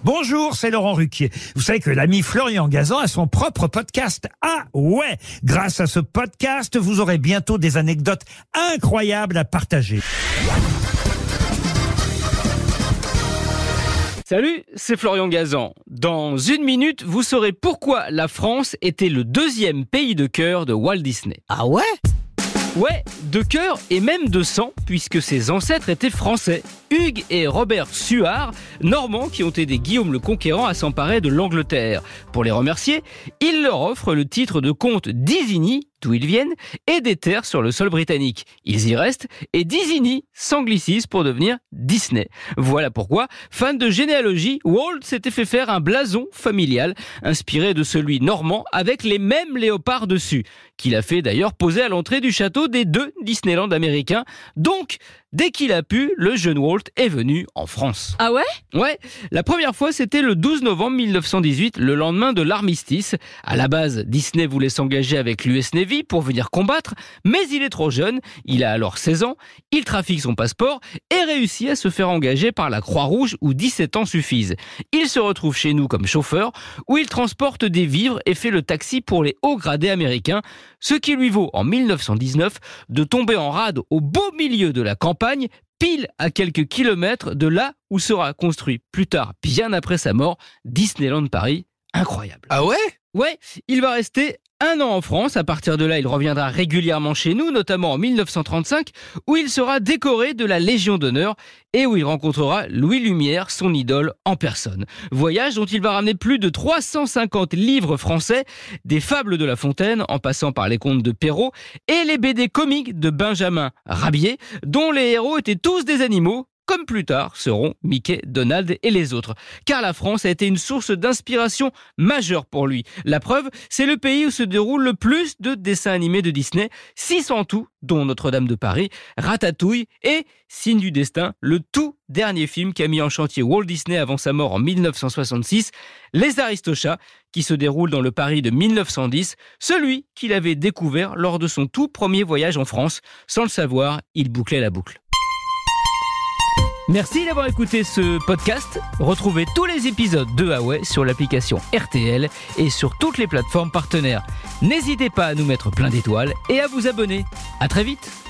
Bonjour, c'est Laurent Ruquier. Vous savez que l'ami Florian Gazan a son propre podcast. Ah ouais! Grâce à ce podcast, vous aurez bientôt des anecdotes incroyables à partager. Salut, c'est Florian Gazan. Dans une minute, vous saurez pourquoi la France était le deuxième pays de cœur de Walt Disney. Ah ouais? Ouais, de cœur et même de sang, puisque ses ancêtres étaient français. Hugues et Robert Suard, normands qui ont aidé Guillaume le Conquérant à s'emparer de l'Angleterre. Pour les remercier, il leur offre le titre de comte d'Isigny, d'où ils viennent, et des terres sur le sol britannique. Ils y restent et d'Isigny s'anglicise pour devenir Disney. Voilà pourquoi, fan de généalogie, Walt s'était fait faire un blason familial inspiré de celui normand avec les mêmes léopards dessus, qu'il a fait d'ailleurs poser à l'entrée du château des 2 Disneyland américains. Donc, dès qu'il a pu, le jeune Walt est venu en France. Ah ouais? Ouais, la première fois c'était le 12 novembre 1918, le lendemain de l'armistice. À la base, Disney voulait s'engager avec l'US Navy pour venir combattre, mais il est trop jeune, il a alors 16 ans, il trafique son passeport et réussit à se faire engager par la Croix-Rouge où 17 ans suffisent. Il se retrouve chez nous comme chauffeur, où il transporte des vivres et fait le taxi pour les hauts gradés américains, ce qui lui vaut en 1919 de tomber en rade au beau milieu de la campagne, pile à quelques kilomètres de là où sera construit plus tard, bien après sa mort, Disneyland Paris. Incroyable. Ah ouais? Ouais, il va rester 1 an en France. À partir de là, il reviendra régulièrement chez nous, notamment en 1935, où il sera décoré de la Légion d'honneur et où il rencontrera Louis Lumière, son idole en personne. Voyage dont il va ramener plus de 350 livres français, des fables de La Fontaine, en passant par les contes de Perrault, et les BD comiques de Benjamin Rabier, dont les héros étaient tous des animaux, comme plus tard seront Mickey, Donald et les autres. Car la France a été une source d'inspiration majeure pour lui. La preuve, c'est le pays où se déroule le plus de dessins animés de Disney, 6 en tout, dont Notre-Dame de Paris, Ratatouille et Signe du Destin, le tout dernier film qu'a mis en chantier Walt Disney avant sa mort en 1966, Les Aristochats, qui se déroule dans le Paris de 1910, celui qu'il avait découvert lors de son tout premier voyage en France. Sans le savoir, il bouclait la boucle. Merci d'avoir écouté ce podcast. Retrouvez tous les épisodes de Ah ouais sur l'application RTL et sur toutes les plateformes partenaires. N'hésitez pas à nous mettre plein d'étoiles et à vous abonner. À très vite.